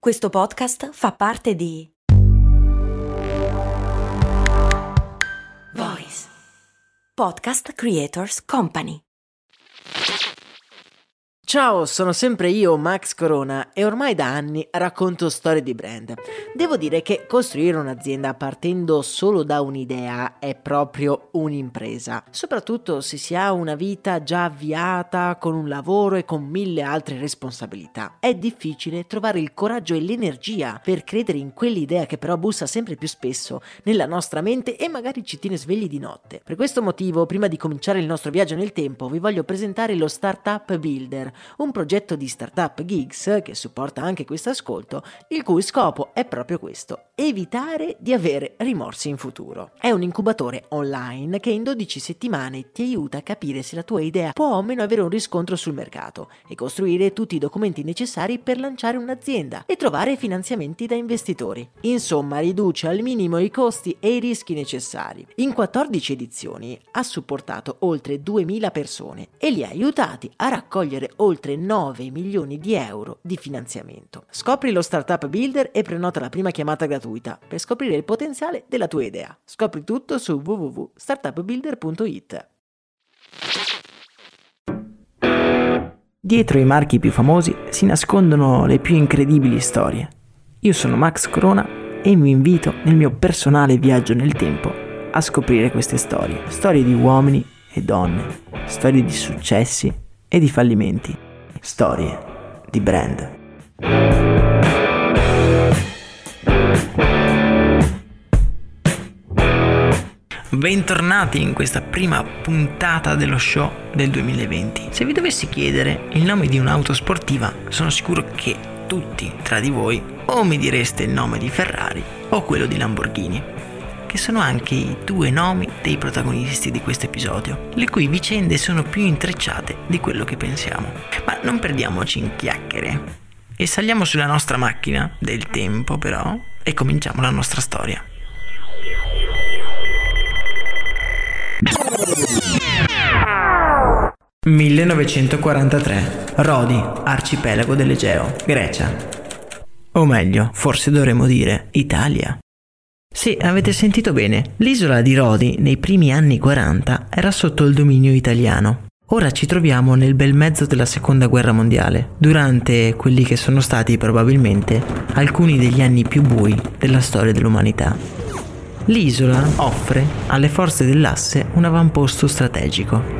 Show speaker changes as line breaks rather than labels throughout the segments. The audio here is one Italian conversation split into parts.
Questo podcast fa parte di Voice Podcast Creators Company.
Ciao, sono sempre io, Max Corona, e ormai da anni racconto storie di brand. Devo dire che costruire un'azienda partendo solo da un'idea è proprio un'impresa, soprattutto se si ha una vita già avviata, con un lavoro e con 1000 altre responsabilità. È difficile trovare il coraggio e l'energia per credere in quell'idea che però bussa sempre più spesso nella nostra mente e magari ci tiene svegli di notte. Per questo motivo, prima di cominciare il nostro viaggio nel tempo, vi voglio presentare lo Startup Builder, un progetto di Startup Geeks che supporta anche questo ascolto, il cui scopo è proprio questo: evitare di avere rimorsi in futuro. È un incubatore online che in 12 settimane ti aiuta a capire se la tua idea può o meno avere un riscontro sul mercato e costruire tutti i documenti necessari per lanciare un'azienda e trovare finanziamenti da investitori. Insomma, riduce al minimo i costi e i rischi necessari. In 14 edizioni ha supportato oltre 2000 persone e li ha aiutati a raccogliere oltre 9 milioni di euro di finanziamento. Scopri lo Startup Builder e prenota la prima chiamata gratuita per scoprire il potenziale della tua idea. Scopri tutto su www.startupbuilder.it.
Dietro i marchi più famosi si nascondono le più incredibili storie. Io sono Max Corona e vi invito nel mio personale viaggio nel tempo a scoprire queste storie. Storie di uomini e donne, storie di successi e di fallimenti, storie di brand. Bentornati in questa prima puntata dello show del 2020. Se vi dovessi chiedere il nome di un'auto sportiva, sono sicuro che tutti tra di voi o mi direste il nome di Ferrari o quello di Lamborghini, che sono anche i due nomi dei protagonisti di questo episodio, le cui vicende sono più intrecciate di quello che pensiamo. Ma non perdiamoci in chiacchiere e saliamo sulla nostra macchina del tempo però e cominciamo la nostra storia. (1943) Rodi, arcipelago dell'Egeo, Grecia. O meglio, forse dovremmo dire Italia. Sì, avete sentito bene, l'isola di Rodi nei primi anni 40 era sotto il dominio italiano. Ora ci troviamo nel bel mezzo della seconda guerra mondiale, durante quelli che sono stati probabilmente alcuni degli anni più bui della storia dell'umanità. L'isola offre alle forze dell'asse un avamposto strategico.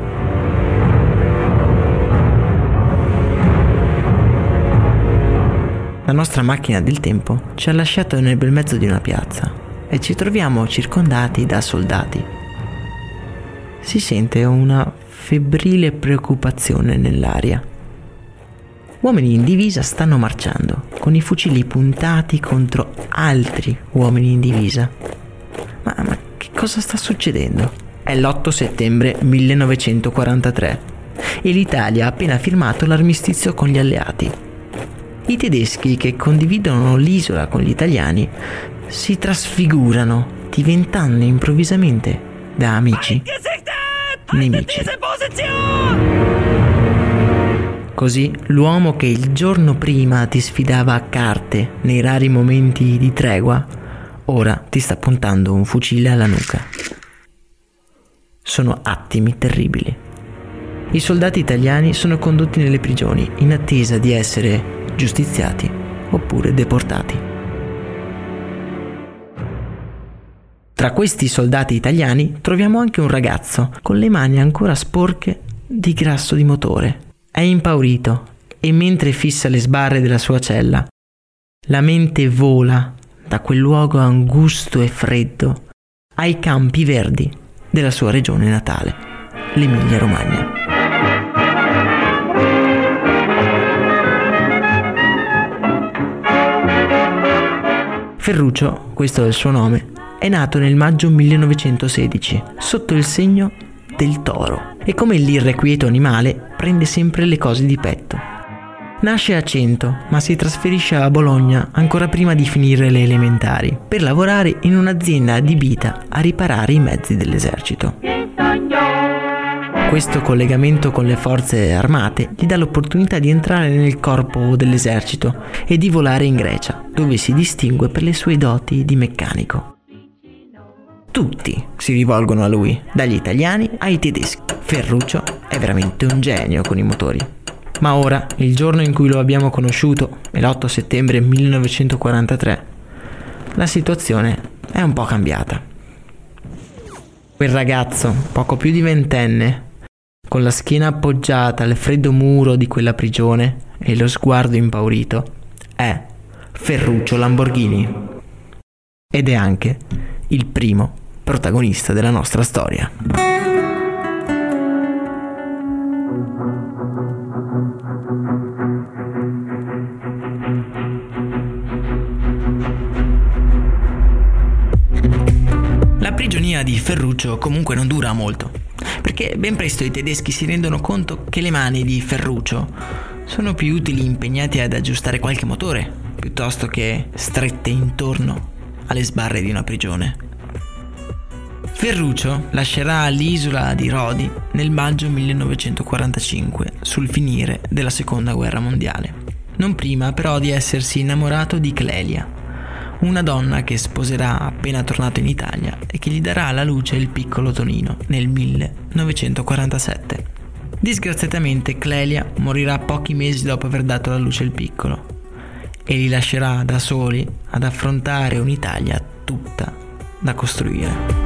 La nostra macchina del tempo ci ha lasciato nel bel mezzo di una piazza e ci troviamo circondati da soldati. Si sente una febbrile preoccupazione nell'aria. Uomini in divisa stanno marciando, con i fucili puntati contro altri uomini in divisa. Ma che cosa sta succedendo? È l'8 settembre 1943 e l'Italia ha appena firmato l'armistizio con gli alleati. I tedeschi, che condividono l'isola con gli italiani, si trasfigurano, diventando improvvisamente da amici nemici. Così l'uomo che il giorno prima ti sfidava a carte nei rari momenti di tregua, ora ti sta puntando un fucile alla nuca. Sono attimi terribili. I soldati italiani sono condotti nelle prigioni in attesa di essere giustiziati oppure deportati. Tra questi soldati italiani troviamo anche un ragazzo con le mani ancora sporche di grasso di motore. È impaurito e mentre fissa le sbarre della sua cella, la mente vola da quel luogo angusto e freddo ai campi verdi della sua regione natale, l'Emilia Romagna. Ferruccio, questo è il suo nome, è nato nel maggio 1916 sotto il segno del toro e come l'irrequieto animale prende sempre le cose di petto. Nasce a Cento, ma si trasferisce a Bologna ancora prima di finire le elementari per lavorare in un'azienda adibita a riparare i mezzi dell'esercito. Questo collegamento con le forze armate gli dà l'opportunità di entrare nel corpo dell'esercito e di volare in Grecia, dove si distingue per le sue doti di meccanico. Tutti si rivolgono a lui, dagli italiani ai tedeschi. Ferruccio è veramente un genio con i motori. Ma ora, il giorno in cui lo abbiamo conosciuto, è l'8 settembre 1943, la situazione è un po' cambiata. Quel ragazzo, poco più di ventenne, con la schiena appoggiata al freddo muro di quella prigione e lo sguardo impaurito, è Ferruccio Lamborghini. Ed è anche il primo protagonista della nostra storia. La prigionia di Ferruccio comunque non dura molto, perché ben presto i tedeschi si rendono conto che le mani di Ferruccio sono più utili impegnati ad aggiustare qualche motore, piuttosto che strette intorno alle sbarre di una prigione. Ferruccio lascerà l'isola di Rodi nel maggio 1945, sul finire della Seconda Guerra Mondiale, non prima però di essersi innamorato di Clelia, una donna che sposerà appena tornato in Italia e che gli darà alla luce il piccolo Tonino nel 1947. Disgraziatamente Clelia morirà pochi mesi dopo aver dato alla luce il piccolo e li lascerà da soli ad affrontare un'Italia tutta da costruire.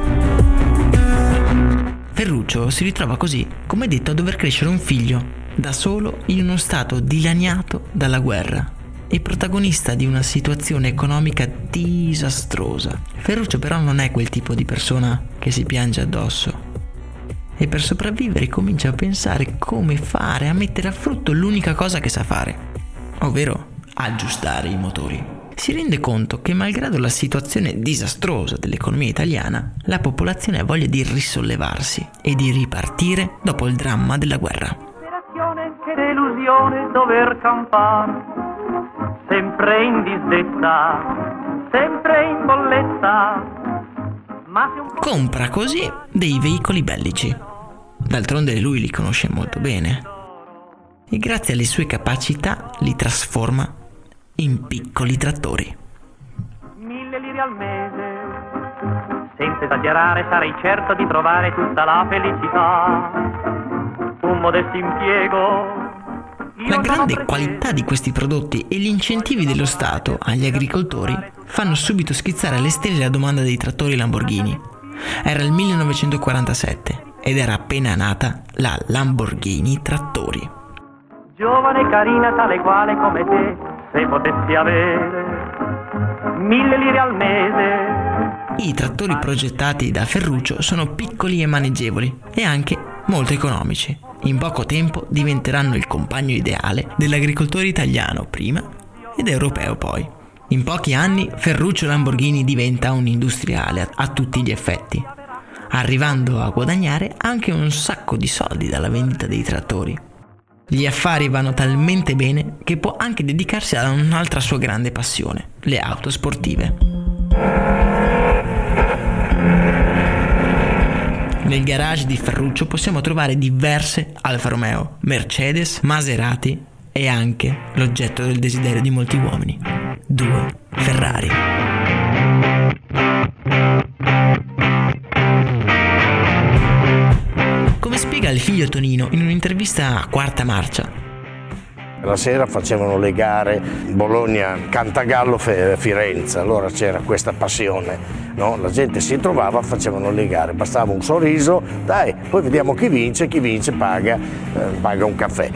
Ferruccio si ritrova così, come detto, a dover crescere un figlio da solo in uno stato dilaniato dalla guerra e protagonista di una situazione economica disastrosa. Ferruccio però non è quel tipo di persona che si piange addosso e per sopravvivere comincia a pensare come fare a mettere a frutto l'unica cosa che sa fare, ovvero aggiustare i motori. Si rende conto che malgrado la situazione disastrosa dell'economia italiana, la popolazione ha voglia di risollevarsi e di ripartire dopo il dramma della guerra.
Che delusione dover campare, sempre in disdetta, sempre in bolletta.
Compra così dei veicoli bellici. D'altronde lui li conosce molto bene e grazie alle sue capacità li trasforma in piccoli trattori.
1.000 lire al mese, senza esagerare sarei certo di trovare tutta la felicità. Un modesto impiego.
La grande qualità di questi prodotti e gli incentivi dello Stato agli agricoltori fanno subito schizzare alle stelle la domanda dei trattori Lamborghini. Era il 1947 ed era appena nata la Lamborghini Trattori.
Giovane e carina tale quale come te, se potessi avere 1.000 lire al mese.
I trattori progettati da Ferruccio sono piccoli e maneggevoli e anche molto economici. In poco tempo diventeranno il compagno ideale dell'agricoltore italiano prima ed europeo poi. In pochi anni Ferruccio Lamborghini diventa un industriale a tutti gli effetti, arrivando a guadagnare anche un sacco di soldi dalla vendita dei trattori. Gli affari vanno talmente bene che può anche dedicarsi a un'altra sua grande passione, le auto sportive. Nel garage di Ferruccio possiamo trovare diverse Alfa Romeo, Mercedes, Maserati e anche l'oggetto del desiderio di molti uomini, 2 Ferrari. Come spiega il figlio Tonino in un'intervista a Quarta Marcia,
la sera facevano le gare Bologna-Cantagallo-Firenze, allora c'era questa passione, no? La gente si trovava, facevano le gare, bastava un sorriso, dai, poi vediamo chi vince paga un caffè.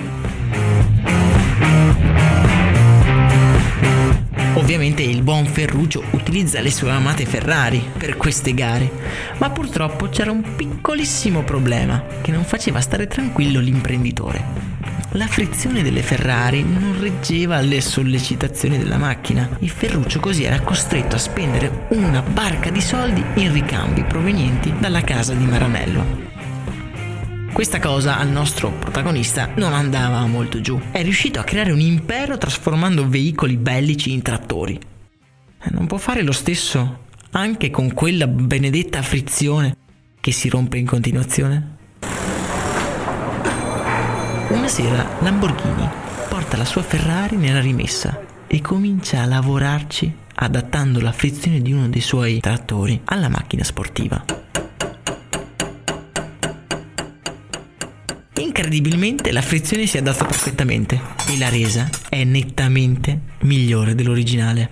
Ovviamente il buon Ferruccio utilizza le sue amate Ferrari per queste gare, ma purtroppo c'era un piccolissimo problema che non faceva stare tranquillo l'imprenditore. La frizione delle Ferrari non reggeva alle sollecitazioni della macchina e Ferruccio così era costretto a spendere una barca di soldi in ricambi provenienti dalla casa di Maranello. Questa cosa al nostro protagonista non andava molto giù. È riuscito a creare un impero trasformando veicoli bellici in trattori. Non può fare lo stesso anche con quella benedetta frizione che si rompe in continuazione? Una sera Lamborghini porta la sua Ferrari nella rimessa e comincia a lavorarci adattando la frizione di uno dei suoi trattori alla macchina sportiva. Incredibilmente la frizione si adatta perfettamente e la resa è nettamente migliore dell'originale.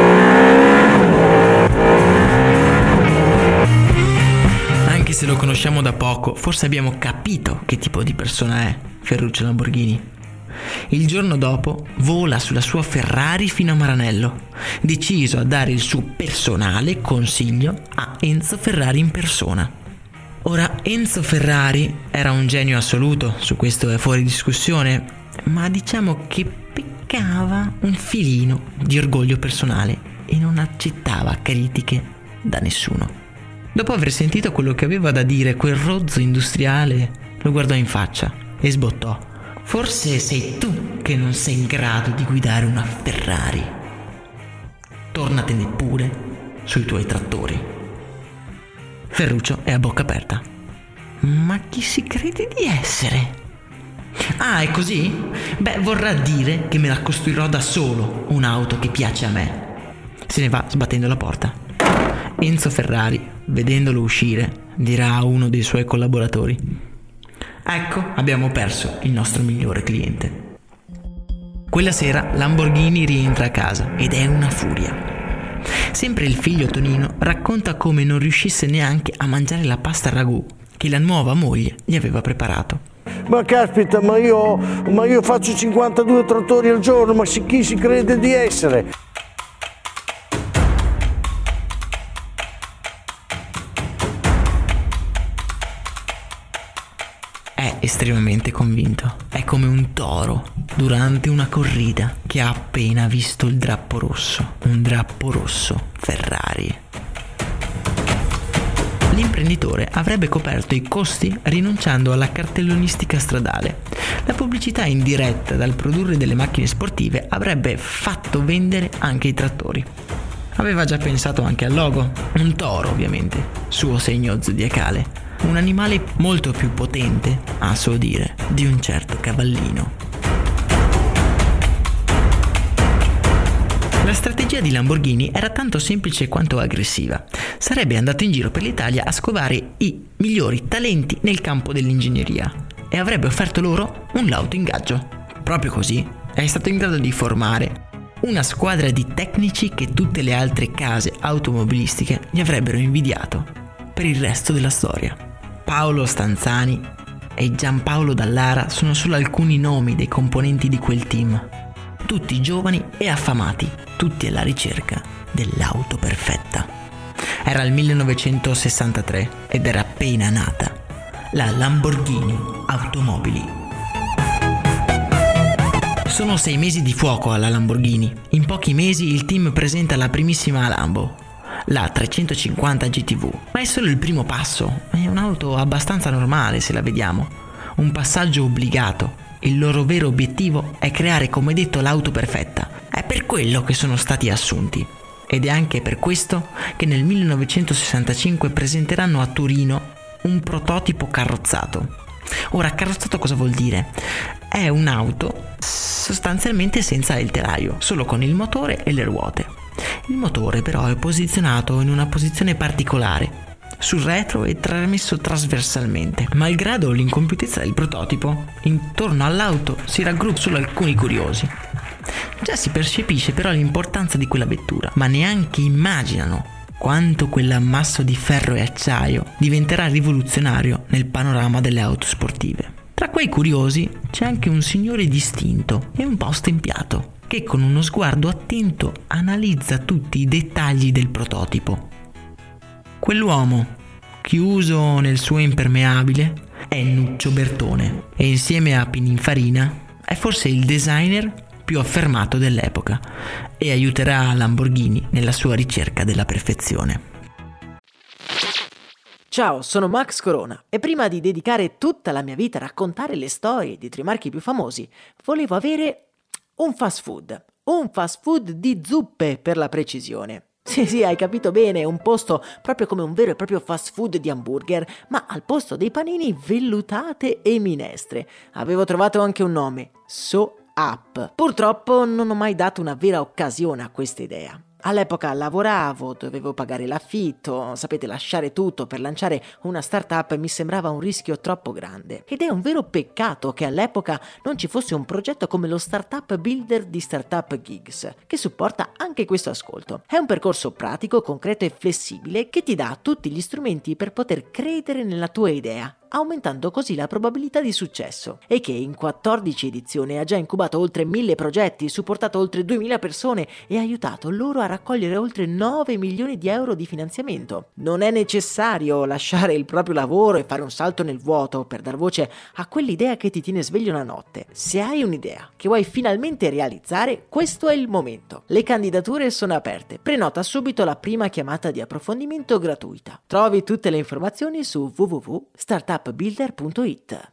Anche se lo conosciamo da poco, forse abbiamo capito che tipo di persona è Ferruccio Lamborghini. Il giorno dopo vola sulla sua Ferrari fino a Maranello, deciso a dare il suo personale consiglio a Enzo Ferrari in persona. Ora, Enzo Ferrari era un genio assoluto, su questo è fuori discussione, ma diciamo che peccava un filino di orgoglio personale e non accettava critiche da nessuno. Dopo aver sentito quello che aveva da dire quel rozzo industriale, lo guardò in faccia e sbottò: forse sei tu che non sei in grado di guidare una Ferrari. Tornatene pure sui tuoi trattori. Ferruccio è a bocca aperta. Ma chi si crede di essere? Ah, è così? Beh, vorrà dire che me la costruirò da solo un'auto che piace a me. Se ne va sbattendo la porta. Enzo Ferrari, vedendolo uscire, dirà a uno dei suoi collaboratori: ecco, abbiamo perso il nostro migliore cliente. Quella sera Lamborghini rientra a casa ed è una furia. Sempre il figlio Tonino racconta come non riuscisse neanche a mangiare la pasta al ragù che la nuova moglie gli aveva preparato.
Ma caspita, ma io faccio 52 trattori al giorno, ma chi si crede di essere?
È estremamente convinto. È come un toro durante una corrida che ha appena visto il drappo rosso. Un drappo rosso Ferrari. L'imprenditore avrebbe coperto i costi rinunciando alla cartellonistica stradale. La pubblicità in diretta dal produrre delle macchine sportive avrebbe fatto vendere anche i trattori. Aveva già pensato anche al logo. Un toro, ovviamente, suo segno zodiacale. Un animale molto più potente, a suo dire, di un certo cavallino. La strategia di Lamborghini era tanto semplice quanto aggressiva. Sarebbe andato in giro per l'Italia a scovare i migliori talenti nel campo dell'ingegneria e avrebbe offerto loro un lauto ingaggio. Proprio così è stato in grado di formare una squadra di tecnici che tutte le altre case automobilistiche gli avrebbero invidiato per il resto della storia. Paolo Stanzani e Giampaolo Dallara sono solo alcuni nomi dei componenti di quel team, tutti giovani e affamati, tutti alla ricerca dell'auto perfetta. Era il 1963 ed era appena nata la Lamborghini Automobili. Sono 6 mesi di fuoco alla Lamborghini. In pochi mesi il team presenta la primissima Lambo, la 350 GTV, ma è solo il primo passo, è un'auto abbastanza normale se la vediamo, un passaggio obbligato. Il loro vero obiettivo è creare, come detto, l'auto perfetta. È per quello che sono stati assunti ed è anche per questo che nel 1965 presenteranno a Torino un prototipo carrozzato. Ora, carrozzato cosa vuol dire? È un'auto sostanzialmente senza il telaio, solo con il motore e le ruote. Il motore però è posizionato in una posizione particolare, sul retro e trasmesso trasversalmente. Malgrado l'incompiutezza del prototipo, intorno all'auto si raggruppano solo alcuni curiosi. Già si percepisce però l'importanza di quella vettura, ma neanche immaginano quanto quell'ammasso di ferro e acciaio diventerà rivoluzionario nel panorama delle auto sportive. Tra quei curiosi c'è anche un signore distinto e un po' stempiato, che con uno sguardo attento analizza tutti i dettagli del prototipo. Quell'uomo, chiuso nel suo impermeabile, è Nuccio Bertone e insieme a Pininfarina è forse il designer più affermato dell'epoca e aiuterà Lamborghini nella sua ricerca della perfezione.
Ciao, sono Max Corona e prima di dedicare tutta la mia vita a raccontare le storie di 3 marchi più famosi, volevo avere un fast food di zuppe per la precisione. Sì, hai capito bene, un posto proprio come un vero e proprio fast food di hamburger, ma al posto dei panini vellutate e minestre. Avevo trovato anche un nome, So Up. Purtroppo non ho mai dato una vera occasione a questa idea. All'epoca lavoravo, dovevo pagare l'affitto, sapete, lasciare tutto per lanciare una startup mi sembrava un rischio troppo grande. Ed è un vero peccato che all'epoca non ci fosse un progetto come lo Startup Builder di Startup Gigs, che supporta anche questo ascolto. È un percorso pratico, concreto e flessibile che ti dà tutti gli strumenti per poter credere nella tua idea, aumentando così la probabilità di successo, e che in 14 edizioni ha già incubato oltre 1000 progetti, supportato oltre 2000 persone e aiutato loro a raccogliere oltre 9 milioni di euro di finanziamento. Non è necessario lasciare il proprio lavoro e fare un salto nel vuoto per dar voce a quell'idea che ti tiene sveglio la notte. Se hai un'idea che vuoi finalmente realizzare, questo è il momento. Le candidature sono aperte. Prenota subito la prima chiamata di approfondimento gratuita. Trovi tutte le informazioni su www.startupbuilder.it.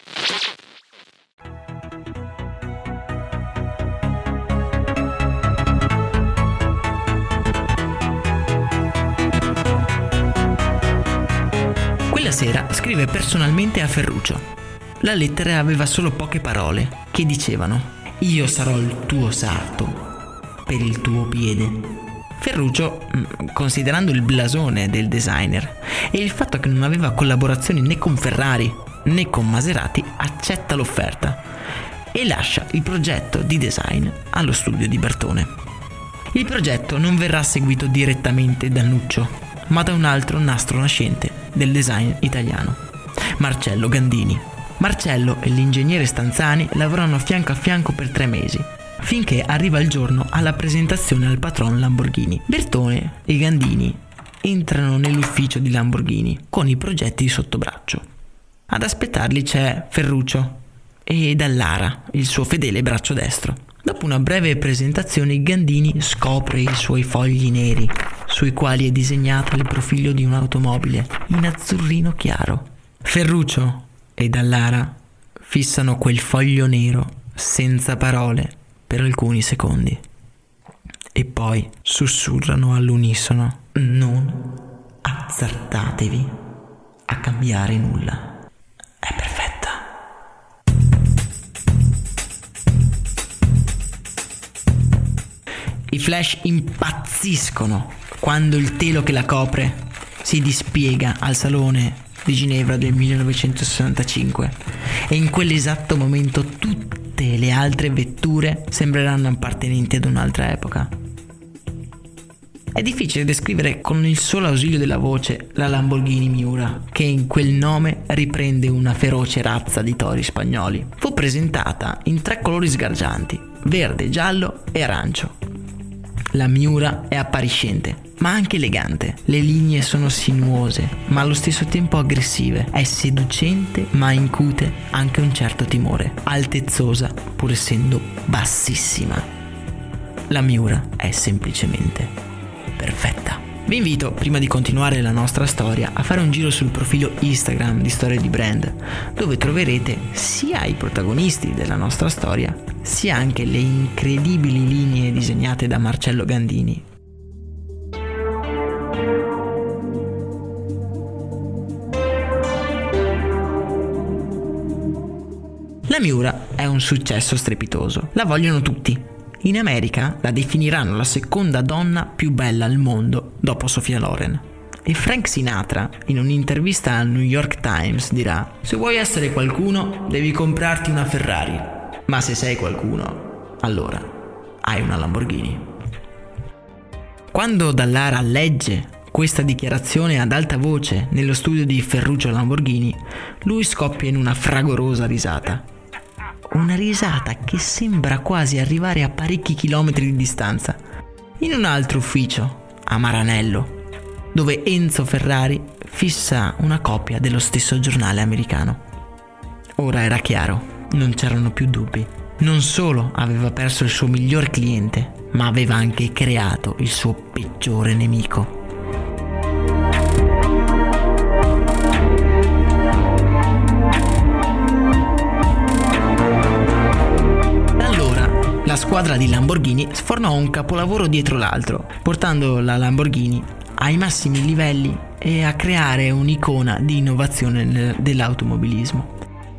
Quella sera scrive personalmente a Ferruccio. La lettera aveva solo poche parole che dicevano: io sarò il tuo sarto per il tuo piede. Ferruccio, considerando il blasone del designer e il fatto che non aveva collaborazioni né con Ferrari né con Maserati, accetta l'offerta e lascia il progetto di design allo studio di Bertone. Il progetto non verrà seguito direttamente da Nuccio, ma da un altro nastro nascente del design italiano, Marcello Gandini. Marcello e l'ingegnere Stanzani lavorano fianco a fianco per 3 mesi, finché arriva il giorno alla presentazione al patron Lamborghini. Bertone e Gandini entrano nell'ufficio di Lamborghini con i progetti sotto braccio. Ad aspettarli c'è Ferruccio e Dallara, il suo fedele braccio destro. Dopo una breve presentazione, Gandini scopre i suoi fogli neri, sui quali è disegnato il profilo di un'automobile in azzurrino chiaro. Ferruccio e Dallara fissano quel foglio nero senza parole per alcuni secondi e poi sussurrano all'unisono: non azzardatevi a cambiare nulla, è perfetta. I Flash impazziscono quando il telo che la copre si dispiega al Salone di Ginevra del 1965 e in quell'esatto momento tutte le altre vetture sembreranno appartenenti ad un'altra epoca. È difficile descrivere con il solo ausilio della voce la Lamborghini Miura, che in quel nome riprende una feroce razza di tori spagnoli. Fu presentata in 3 colori sgargianti: verde, giallo e arancio. La Miura è appariscente, ma anche elegante. Le linee sono sinuose, ma allo stesso tempo aggressive. È seducente, ma incute anche un certo timore. Altezzosa, pur essendo bassissima. La Miura è semplicemente perfetta. Vi invito, prima di continuare la nostra storia, a fare un giro sul profilo Instagram di Storie di Brand, dove troverete sia i protagonisti della nostra storia, sia anche le incredibili linee disegnate da Marcello Gandini. La Miura è un successo strepitoso, la vogliono tutti. In America la definiranno la seconda donna più bella al mondo dopo Sofia Loren. E Frank Sinatra, in un'intervista al New York Times, dirà: se vuoi essere qualcuno, devi comprarti una Ferrari, ma se sei qualcuno, allora hai una Lamborghini. Quando Dallara legge questa dichiarazione ad alta voce nello studio di Ferruccio Lamborghini, lui scoppia in una fragorosa risata. Una risata che sembra quasi arrivare a parecchi chilometri di distanza, in un altro ufficio, a Maranello, dove Enzo Ferrari fissa una copia dello stesso giornale americano. Ora era chiaro, non c'erano più dubbi. Non solo aveva perso il suo miglior cliente, ma aveva anche creato il suo peggiore nemico. La squadra di Lamborghini sfornò un capolavoro dietro l'altro, portando la Lamborghini ai massimi livelli e a creare un'icona di innovazione dell'automobilismo.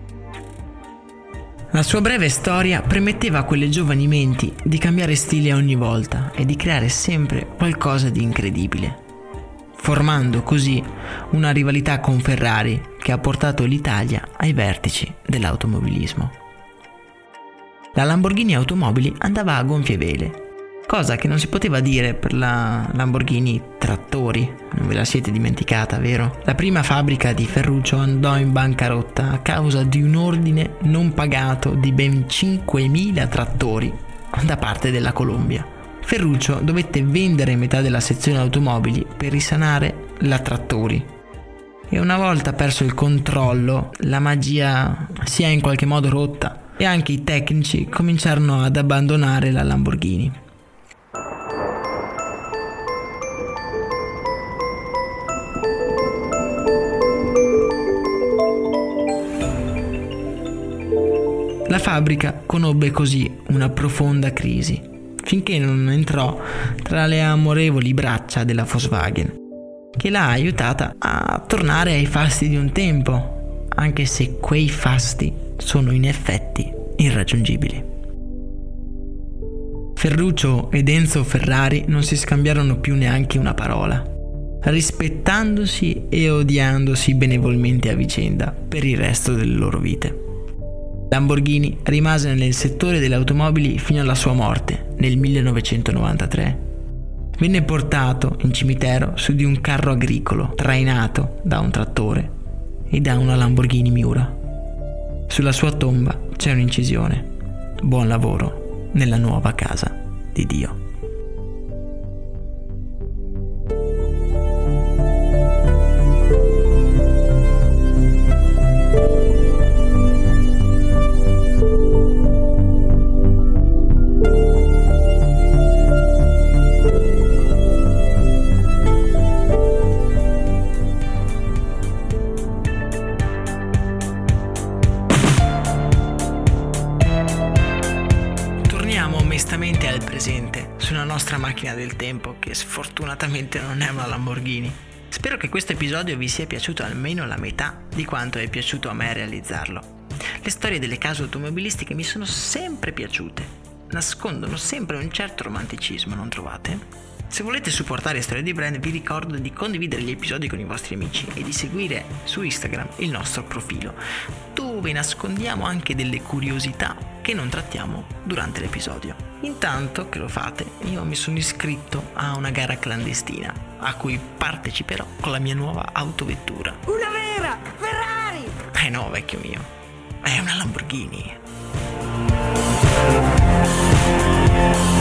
La sua breve storia permetteva a quelle giovani menti di cambiare stile ogni volta e di creare sempre qualcosa di incredibile, formando così una rivalità con Ferrari che ha portato l'Italia ai vertici dell'automobilismo. La Lamborghini Automobili andava a gonfie vele, cosa che non si poteva dire per la Lamborghini Trattori, non ve la siete dimenticata, vero? La prima fabbrica di Ferruccio andò in bancarotta a causa di un ordine non pagato di ben 5.000 trattori da parte della Colombia. Ferruccio dovette vendere metà della sezione automobili per risanare la Trattori. E una volta perso il controllo, la magia si è in qualche modo rotta e anche i tecnici cominciarono ad abbandonare la Lamborghini. La fabbrica conobbe così una profonda crisi, finché non entrò tra le amorevoli braccia della Volkswagen, che l'ha aiutata a tornare ai fasti di un tempo, anche se quei fasti sono in effetti irraggiungibili. Ferruccio ed Enzo Ferrari non si scambiarono più neanche una parola, rispettandosi e odiandosi benevolmente a vicenda per il resto delle loro vite. Lamborghini rimase nel settore delle automobili fino alla sua morte nel 1993. Venne portato in cimitero su di un carro agricolo trainato da un trattore e da una Lamborghini Miura. Sulla sua tomba c'è un'incisione: buon lavoro nella nuova casa di Dio. Onestamente al presente, su una nostra macchina del tempo che sfortunatamente non è una Lamborghini. Spero che questo episodio vi sia piaciuto almeno la metà di quanto è piaciuto a me realizzarlo. Le storie delle case automobilistiche mi sono sempre piaciute, nascondono sempre un certo romanticismo, non trovate? Se volete supportare Storie di Brand vi ricordo di condividere gli episodi con i vostri amici e di seguire su Instagram il nostro profilo, dove nascondiamo anche delle curiosità che non trattiamo durante l'episodio. Intanto che lo fate, io mi sono iscritto a una gara clandestina a cui parteciperò con la mia nuova autovettura.
Una vera Ferrari!
No, vecchio mio, è una Lamborghini.